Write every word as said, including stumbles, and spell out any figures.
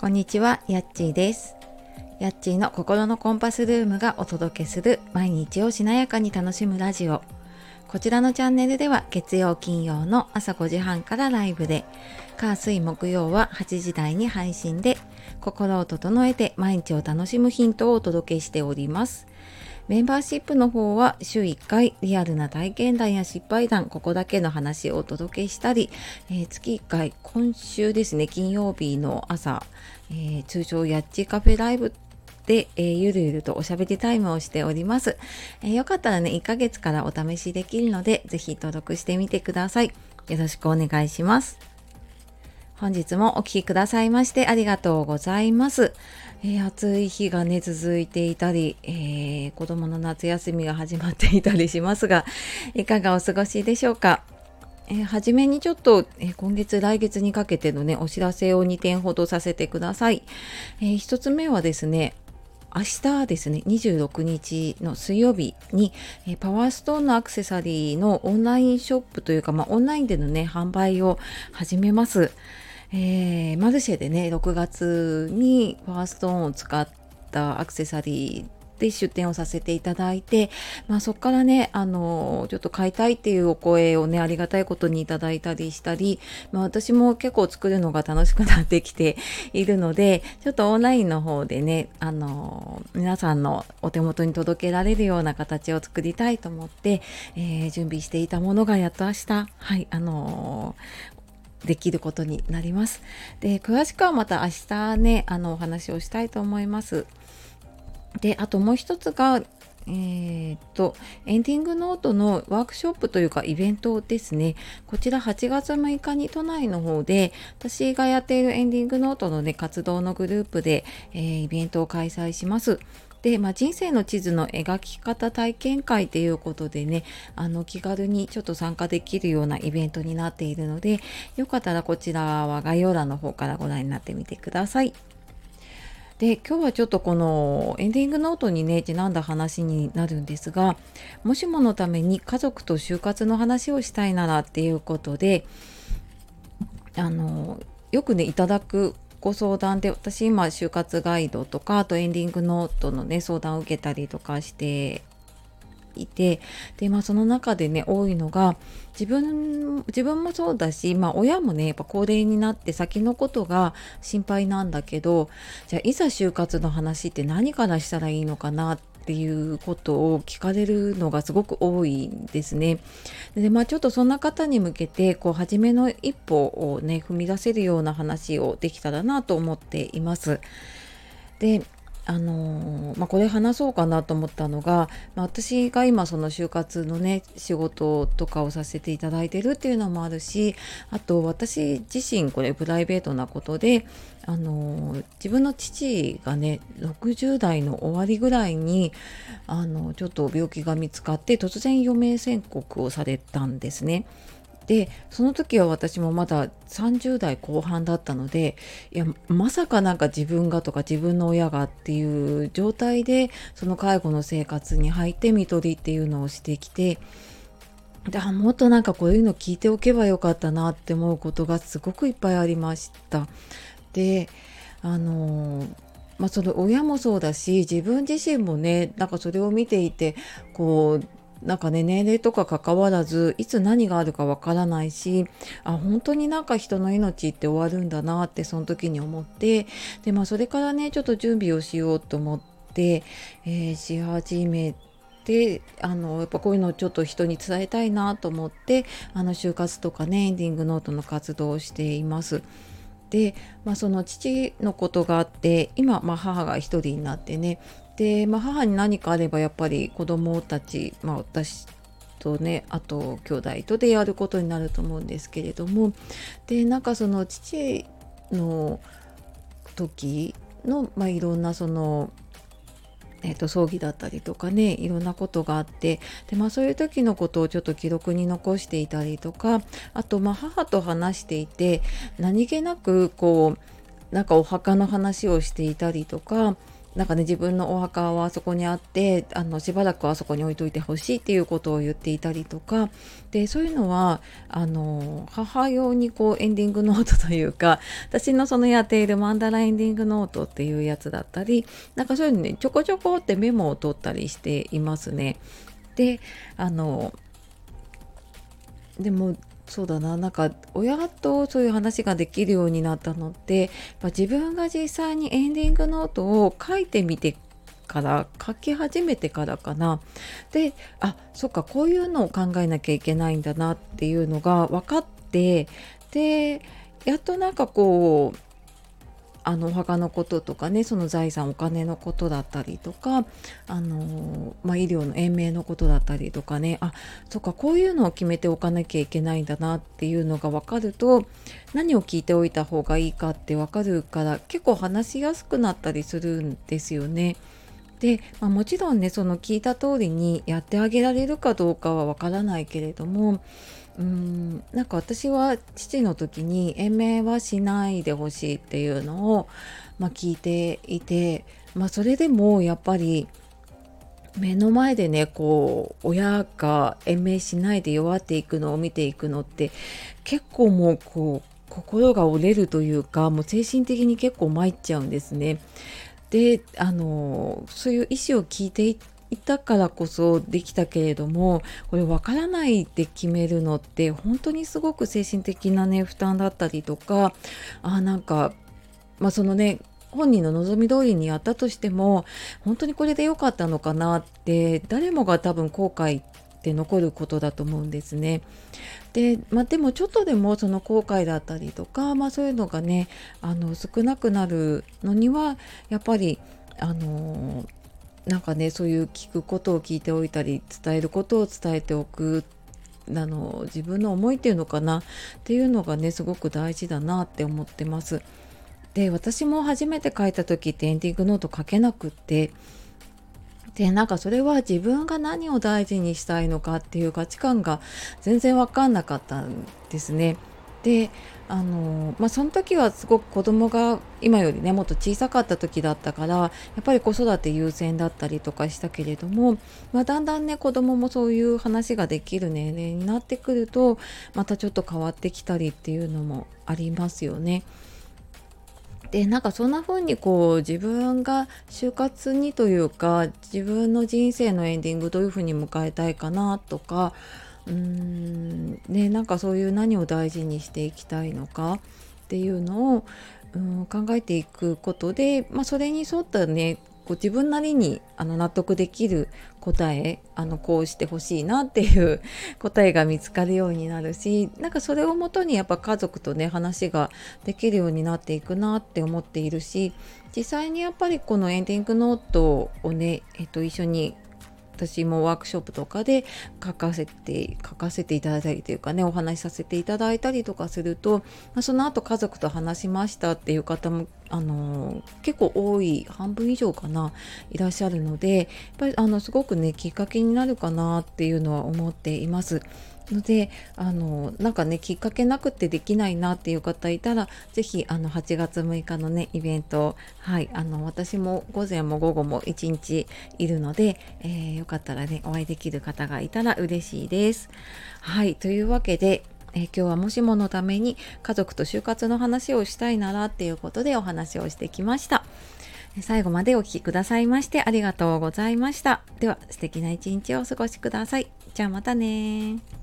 こんにちは、やっちーです。やっちーの心のコンパスルームがお届けする毎日をしなやかに楽しむラジオ。こちらのチャンネルでは月曜金曜の朝ごじはんからライブで、火水木曜ははちじ台に配信で、心を整えて毎日を楽しむヒントをお届けしております。メンバーシップの方は週いっかいリアルな体験談や失敗談、ここだけの話をお届けしたり、えー、月いっかい、今週ですね、金曜日の朝、えー、通称やっちカフェライブで、えー、ゆるゆるとおしゃべりタイムをしております。えー、よかったらね、いっかげつからお試しできるので、ぜひ登録してみてください。よろしくお願いします。本日もお聞きくださいましてありがとうございます。えー、暑い日がね続いていたり、えー、子供の夏休みが始まっていたりしますが、いかがお過ごしでしょうか。えー、初めにちょっと、えー、今月来月にかけてのねお知らせをにてんほどさせてください。えー、ひとつめはですね、明日ですね、にじゅうろくにちの水曜日に、えー、パワーストーンのアクセサリーのオンラインショップというか、まあ、オンラインでのね販売を始めます。えー、マルシェでねろくがつにパワーストーンを使ったアクセサリーで出店をさせていただいて、まあ、そこからねあのちょっと買いたいっていうお声をねありがたいことにいただいたりしたり、まあ、私も結構作るのが楽しくなってきているので、ちょっとオンラインの方でねあの皆さんのお手元に届けられるような形を作りたいと思って、えー、準備していたものがやっと明日はいあのできることになります。で、詳しくはまた明日ね、あのお話をしたいと思います。で、あともう一つが、えー、っと、エンディングノートのワークショップというかイベントですね。こちらはちがつむいかに都内の方で、私がやっているエンディングノートのね、活動のグループで、えー、イベントを開催します。で、まあ、人生の地図の描き方体験会ということでね、あの気軽にちょっと参加できるようなイベントになっているので、よかったらこちらは概要欄の方からご覧になってみてください。で、今日はちょっとこのエンディングノートにねちなんだ話になるんですが、もしものために家族と就活の話をしたいならっていうことで、あのよくねいただくご相談で、私今就活ガイドとかあとエンディングノートのね相談を受けたりとかしていて、でまあその中でね多いのが、自分自分もそうだし、まあ親もねやっぱ高齢になって先のことが心配なんだけど、じゃあいざ就活の話って何からしたらいいのかなっていうことを聞かれるのがすごく多いんですね。でまあちょっとそんな方に向けてこう初めの一歩をね踏み出せるような話をできたらなと思っています。であのーまあ、これ話そうかなと思ったのが、まあ、私が今その就活のね仕事とかをさせていただいてるっていうのもあるし、あと私自身これプライベートなことで、あのー自分の父がねろくじゅう代の終わりぐらいにあのちょっと病気が見つかって突然余命宣告をされたんですね。でその時は私もまださんじゅう代後半だったので、いやまさかなんか自分がとか自分の親がっていう状態でその介護の生活に入って看取りっていうのをしてきて、であもっとなんかこういうの聞いておけばよかったなって思うことがすごくいっぱいありました。であのまあその親もそうだし自分自身もねなんかそれを見ていてこうなんかね年齢とか関わらずいつ何があるかわからないし、あ本当になんか人の命って終わるんだなってその時に思って、でまあそれからねちょっと準備をしようと思って、えーし始めて、あのやっぱこういうのをちょっと人に伝えたいなと思って、あの就活とかねエンディングノートの活動をしています。で、まあ、その父のことがあって今、まあ、母が一人になってね、で、まあ、母に何かあればやっぱり子供たち、まあ、私とねあと兄弟とでやることになると思うんですけれども、でなんかその父の時の、まあ、いろんなそのえーと、葬儀だったりとかねいろんなことがあって、で、まあ、そういう時のことをちょっと記録に残していたりとか、あとまあ母と話していて何気なくこうなんかお墓の話をしていたりとか、 なんかね、自分のお墓はあそこにあって、あのしばらくはあそこに置いといてほしいっていうことを言っていたりとかで、そういうのはあの母用にこうエンディングノートというか、私のそのやっているマンダラエンディングノートっていうやつだったり、なんかそういうのね、ちょこちょこってメモを取ったりしていますね。で、あのでもそうだな、なんか親とそういう話ができるようになったのって、やっぱ自分が実際にエンディングノートを書いてみてから書き始めてからかな。で、あ、そっか、こういうのを考えなきゃいけないんだなっていうのが分かって、でやっとなんかこうあのお墓のこととかね、その財産お金のことだったりとか、あの、まあ、医療の延命のことだったりとかね、あ、そっか、こういうのを決めておかなきゃいけないんだなっていうのが分かると、何を聞いておいた方がいいかって分かるから、結構話しやすくなったりするんですよね。で、まあ、もちろんね、その聞いた通りにやってあげられるかどうかはわからないけれども、うーんなんか私は父の時に延命はしないでほしいっていうのを、まあ、聞いていて、まあ、それでもやっぱり目の前でね、こう親が延命しないで弱っていくのを見ていくのって結構もうこう心が折れるというか、もう精神的に結構参っちゃうんですね。で、あのそういう意思を聞いていたからこそできたけれども、これ分からないで決めるのって本当にすごく精神的なね負担だったりとか、あなんか、まあそのね、本人の望み通りにやったとしても本当にこれで良かったのかなって、誰もが多分後悔って残ることだと思うんですね。で、まあ、でもちょっとでもその後悔だったりとか、まあ、そういうのがね、あの少なくなるのにはやっぱりあのなんかね、そういう聞くことを聞いておいたり、伝えることを伝えておく、あの自分の思いっていうのかなっていうのがね、すごく大事だなって思ってます。で、私も初めて書いた時ってエンディングノート書けなくって、でなんかそれは自分が何を大事にしたいのかっていう価値観が全然分かんなかったんですね。で、あのまあ、その時はすごく子供が今よりねもっと小さかった時だったから、やっぱり子育て優先だったりとかしたけれども、まあ、だんだんね子供もそういう話ができる年齢になってくると、またちょっと変わってきたりっていうのもありますよね。で、なんかそんな風にこう自分が就活にというか、自分の人生のエンディングどういう風に迎えたいかなとか、うーんね、なんかそういう何を大事にしていきたいのかっていうのを、うん、考えていくことで、まあ、それに沿ったね、こう自分なりにあの納得できる答え、あのこうしてほしいなっていう答えが見つかるようになるし、なんかそれをもとにやっぱ家族とね話ができるようになっていくなって思っているし、実際にやっぱりこのエンディングノートをね、えっと、一緒に私もワークショップとかで書かせて書かせていただいたりというかね、お話しさせていただいたりとかすると、まあ、その後家族と話しましたっていう方もあのー結構多い、半分以上かないらっしゃるので、やっぱりあのすごくねきっかけになるかなっていうのは思っています。ので、あのなんかねきっかけなくてできないなっていう方いたら、ぜひあのはちがつむいかのねイベント、はい、あの私も午前も午後もいちにちいるので、えーよかったらねお会いできる方がいたら嬉しいです。はい、というわけで、えー今日はもしものために家族と就活の話をしたいならっていうことでお話をしてきました。最後までお聞きくださいましてありがとうございました。では素敵な一日をお過ごしください。じゃあまたね。